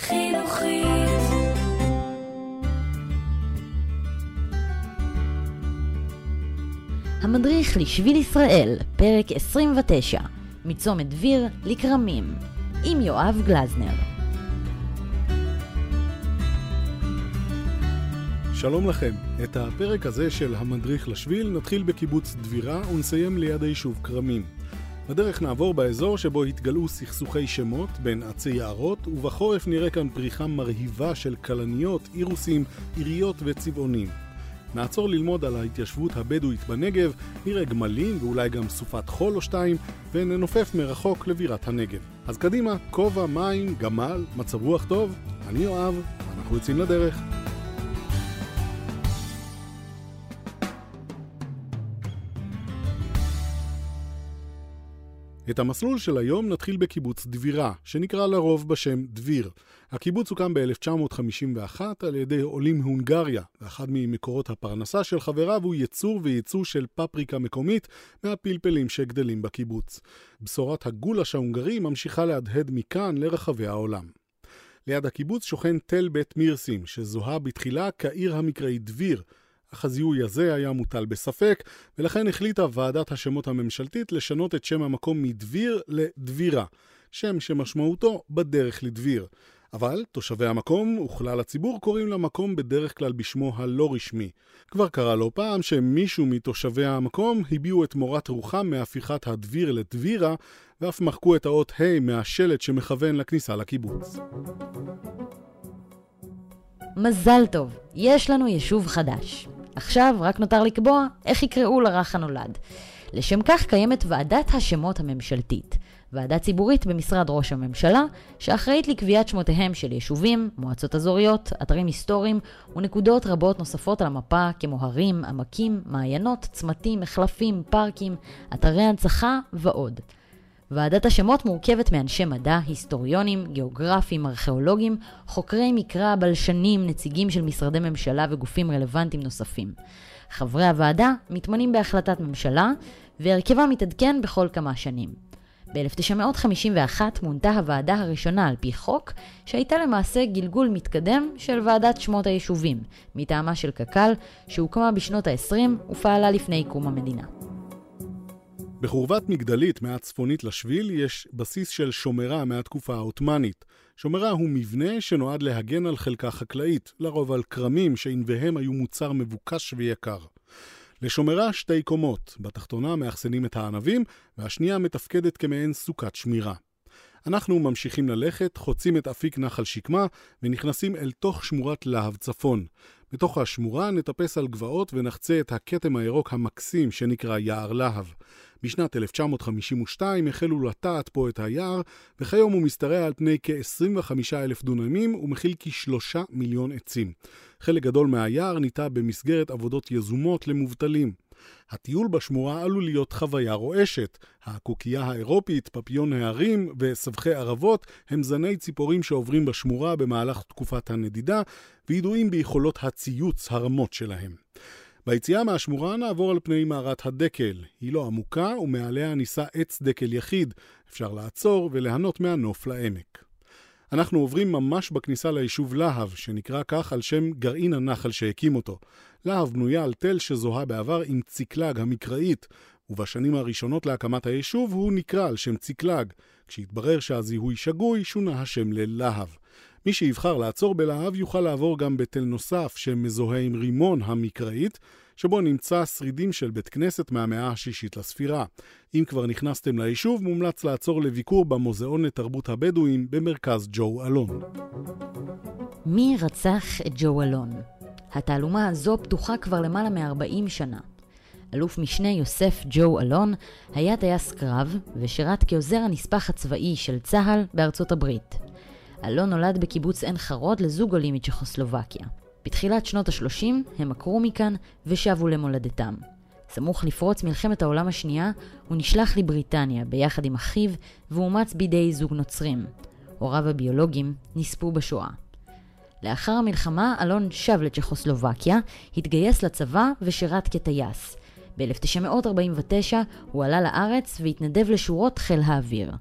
חינוכית. המדריך לשביל ישראל, פרק 29, מצומת דביר לכרמים, עם יואב גלזנר. שלום לכם, את הפרק הזה של המדריך לשביל נתחיל בקיבוץ דבירה ונסיים ליד היישוב כרמים. בדרך נעבור באזור שבו התגלעו סכסוכי שמות בין עצי יערות, ובחורף נראה כאן פריחה מרהיבה של כלניות, אירוסים, עיריות וצבעונים. נעצור ללמוד על ההתיישבות הבדואית בנגב, נראה גמלים ואולי גם סופת חול או שתיים, וננופף מרחוק לבירת הנגב. אז קדימה, כובע, מים, גמל, מצב רוח טוב, אני יואב, ואנחנו יוצאים לדרך. את המסלול של היום נתחיל בקיבוץ דבירה, שנקרא לרוב בשם דביר. הקיבוץ הוקם ב-1951 על ידי עולים מהונגריה, ואחד ממקורות הפרנסה של חבריו הוא ייצור וייצוא של פפריקה מקומית מהפלפלים שגדלים בקיבוץ. בשורת הגולש ההונגרי ממשיכה להדהד מכאן לרחבי העולם. ליד הקיבוץ שוכן תל בית מירסים, שזוהה בתחילה כעיר המקראית דביר. אך הזיהוי הזה היה מוטל בספק, ולכן החליטה ועדת השמות הממשלתית לשנות את שם המקום מדביר לדבירה, שם שמשמעותו בדרך לדביר. אבל תושבי המקום וכלל הציבור קוראים למקום בדרך כלל בשמו הלא רשמי. כבר קרה לא פעם שמישהו מתושבי המקום הביעו את מורת רוחם מהפיכת הדביר לדבירה, ואף מחקו את האות ה' מהשלט שמכוון לכניסה לקיבוץ. מזל טוב, יש לנו יישוב חדש. עכשיו רק נותר לקבוע איך יקראו לרך הנולד. לשם כך קיימת ועדת השמות הממשלתית, ועדה ציבורית במשרד ראש הממשלה, שאחראית לקביעת שמותיהם של יישובים, מועצות אזוריות, אתרים היסטוריים ונקודות רבות נוספות על המפה כמו הרים, עמקים, מעיינות, צמתים, מחלפים, פארקים, אתרי הנצחה ועוד. ועדת השמות מורכבת מאנשי מדע, היסטוריונים, גיאוגרפים, ארכיאולוגים, חוקרי מקרא, בלשנים, נציגים של משרדי ממשלה וגופים רלוונטיים נוספים. חברי הוועדה מתמנים בהחלטת ממשלה, והרכבה מתעדכן בכל כמה שנים. ב-1951 מונתה הוועדה הראשונה על פי חוק, שהייתה למעשה גלגול מתקדם של ועדת שמות היישובים, מטעמה של קק"ל, שהוקמה בשנות ה-20 ופעלה לפני קום המדינה. בחורבת מגדלית מהצפונית לשביל יש בסיס של שומרה מהתקופה העות'מאנית. שומרה הוא מבנה שנועד להגן על חלקה חקלאית, לרוב על כרמים שענביהם היו מוצר מבוקש ויקר. לשומרה שתי קומות, בתחתונה מאחסנים את הענבים, והשנייה מתפקדת כמעין סוכת שמירה. אנחנו ממשיכים ללכת, חוצים את אפיק נחל שקמה ונכנסים אל תוך שמורת להב צפון. בתוך השמורה נטפס על גבעות ונחצה את הכתם הירוק המקסים שנקרא יער להב. בשנת 1952 החלו לטעת פה את היער, וכיום הוא משתרע על פני כ-25,000 דונמים ומכיל כ3 מיליון עצים. חלק גדול מהיער ניטע במסגרת עבודות יזומות למובטלים. הטיול בשמורה עלול להיות חוויה רועשת. הקוקייה האירופית, פפיון הערים וסבכי ערבות הם זני ציפורים שעוברים בשמורה במהלך תקופת הנדידה, וידועים ביכולות הציוץ הרמות שלהם. ביציאה מהשמורה נעבור על פני מערת הדקל. היא לא עמוקה ומעליה נישא עץ דקל יחיד. אפשר לעצור ולהנות מהנוף לעמק. אנחנו עוברים ממש בכניסה ליישוב להב, שנקרא כך על שם גרעין הנחל שהקים אותו. להב בנויה על תל שזוהה בעבר עם ציקלג המקראית, ובשנים הראשונות להקמת היישוב הוא נקרא על שם ציקלג. כשהתברר שהזיהוי שגוי, שונה השם ללהב. מי שיבחר לעצור בלהב יוכל לעבור גם בתל נוסף שמזוהה עם רימון המקראית, שבו נמצא שרידים של בית כנסת מהמאה השישית לספירה. אם כבר נכנסתם ליישוב, מומלץ לעצור לביקור במוזיאון לתרבות הבדואים במרכז ג'ו אלון. מי רצח את ג'ו אלון? התעלומה הזו פתוחה כבר למעלה מ-40 שנה. אלוף משנה יוסף ג'ו אלון היה טייס קרב ושירת כעוזר הנספח הצבאי של צה"ל בארצות הברית. אלון נולד בקיבוץ עין חרוד לזוג עולים מצ'כוסלובקיה. בתחילת שנות ה-30 הם עקרו מכאן ושבו למולדתם. סמוך לפרוץ מלחמת העולם השנייה הוא נשלח לבריטניה ביחד עם אחיו ואומץ בידי זוג נוצרים. הוריו הביולוגיים נספו בשואה. לאחר המלחמה אלון שב לצ'כוסלובקיה, התגייס לצבא ושירת כטייס. ב-1949 הוא עלה לארץ והתנדב לשורות חיל האוויר.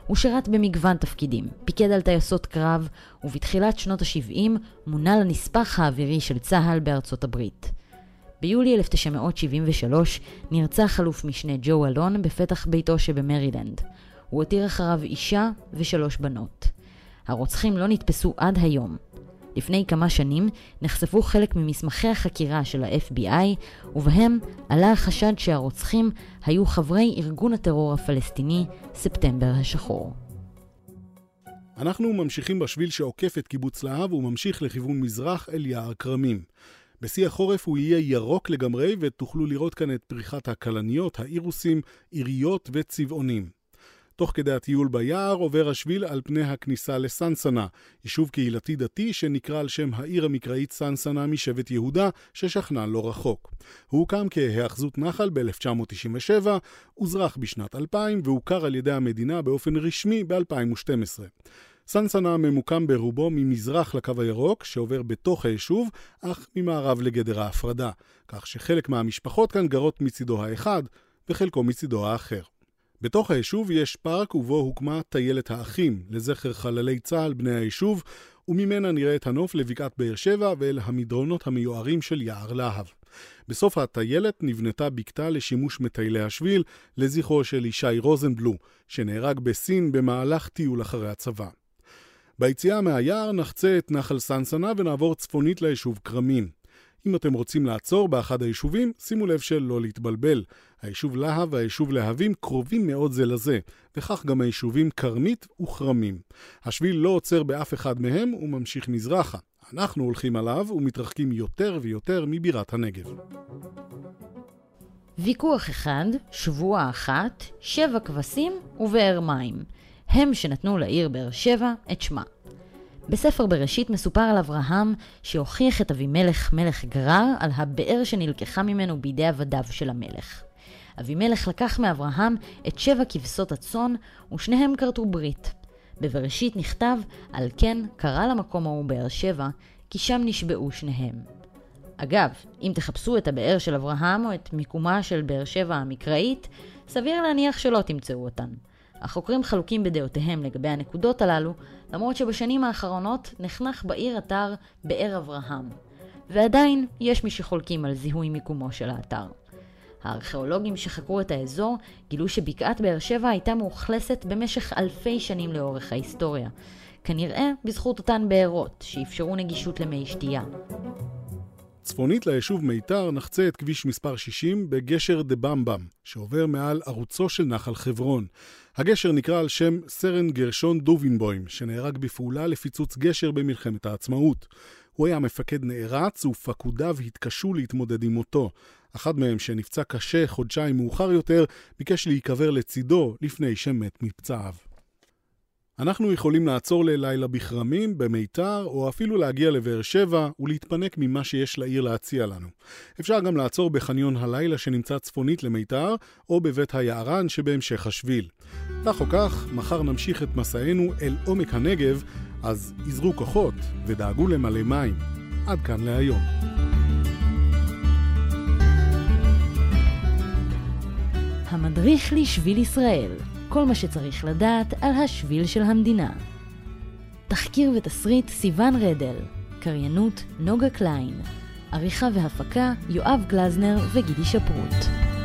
הוא שירת במגוון תפקידים, פיקד על טייסות קרב, ובתחילת שנות ה-70 מונה לנספח האווירי של צה"ל בארצות הברית. ביולי 1973 נרצח אלוף משנה ג'ו אלון בפתח ביתו שבמרילנד. הוא הותיר אחריו אישה ו3 בנות. הרוצחים לא נתפסו עד היום. לפני כמה שנים נחשפו חלק ממסמכי החקירה של ה-FBI, ובהם עלה החשד שהרוצחים היו חברי ארגון הטרור הפלסטיני ספטמבר השחור. אנחנו ממשיכים בשביל שעוקף את קיבוץ להב וממשיך לכיוון מזרח אל יער כרמים. בשיא החורף הוא יהיה ירוק לגמרי ותוכלו לראות כאן את פריחת הכלניות, האירוסים, עיריות וצבעונים. תוך כדי הטיול ביער עובר השביל על פני הכניסה לסנסנה, יישוב קהילתי דתי שנקרא על שם העיר המקראית סנסנה משבט יהודה ששכנה לא רחוק. הוא הוקם כהיאחזות נחל ב-1997, הוזרח בשנת 2000 והוכר על ידי המדינה באופן רשמי ב-2012. סנסנה ממוקם ברובו ממזרח לקו הירוק שעובר בתוך היישוב, אך ממערב לגדר ההפרדה, כך שחלק מהמשפחות כאן גרות מצידו האחד וחלקו מצידו האחר. בתוך היישוב יש פארק ובו הוקמה טיילת האחים לזכר חללי צה"ל בני היישוב, וממנה נראה את הנוף לבקעת באר שבע ואל המדרונות המיוערים של יער להב. בסוף הטיילת נבנתה בקתה לשימוש מטיילי השביל לזכרו של ישי רוזנבלו, שנהרג בסין במהלך טיול אחרי הצבא. ביציאה מהיער נחצה את נחל סנסנה ונעבור צפונית ליישוב כרמים. אם אתם רוצים לעצור באחד היישובים, שימו לב שלא להתבלבל. היישוב להב והיישוב להבים קרובים מאוד זה לזה, וכך גם היישובים כרמית וכרמים. השביל לא עוצר באף אחד מהם וממשיך מזרחה. אנחנו הולכים עליו ומתרחקים יותר ויותר מבירת הנגב. ויכוח אחד, שבועה אחת, 7 כבשים ובאר מים. הם שנתנו לעיר באר שבע את שמה. בספר בראשית מסופר על אברהם שהוכיח את אבימלך מלך גרר על הבאר שנלקחה ממנו בידי עבדיו של המלך. אבימלך לקח מאברהם את 7 כבשות הצאן ושניהם כרתו ברית. בבראשית נכתב על כן קרא למקום ההוא באר שבע כי שם נשבעו שניהם. אגב, אם תחפשו את הבאר של אברהם או את מיקומה של באר שבע המקראית, סביר להניח שלא תמצאו אותן. החוקרים חלוקים בדעותיהם לגבי הנקודות הללו, למרות שבשנים האחרונות נחנך בעיר אתר באר אברהם. ועדיין יש מי שחולקים על זיהוי מיקומו של האתר. הארכיאולוגים שחקרו את האזור גילו שבקעת באר שבע הייתה מאוכלסת במשך אלפי שנים לאורך ההיסטוריה. כנראה בזכות אותן בארות שאפשרו נגישות למי שתייה. צפונית ליישוב מיתר נחצה את כביש מספר 60 בגשר דבמבם, שעובר מעל ערוצו של נחל חברון. הגשר נקרא על שם סרן גרשון דובינבוים, שנהרג בפעולה לפיצוץ גשר במלחמת העצמאות. הוא היה מפקד נערץ ופקודיו התקשו להתמודד עם מותו. אחד מהם שנפצע קשה חודשיים מאוחר יותר, ביקש להיקבר לצידו לפני שמת מפצעיו. אנחנו יכולים לעצור ללילה בכרמים, במיתר, או אפילו להגיע לבאר שבע ולהתפנק ממה שיש לעיר להציע לנו. אפשר גם לעצור בחניון הלילה שנמצא צפונית למיתר, או בבית היערן שבהמשך השביל. כך או כך, מחר נמשיך את מסענו אל עומק הנגב, אז עזרו כוחות ודאגו למלא מים. עד כאן להיום. המדריך לשביל ישראל. כל מה שצריך לדעת על השביל של המדינה. תחקיר ותסריט סיוון רדל. קריינות נוגה קליין. עריכה והפקה יואב גלזנר וגידי שפרוט.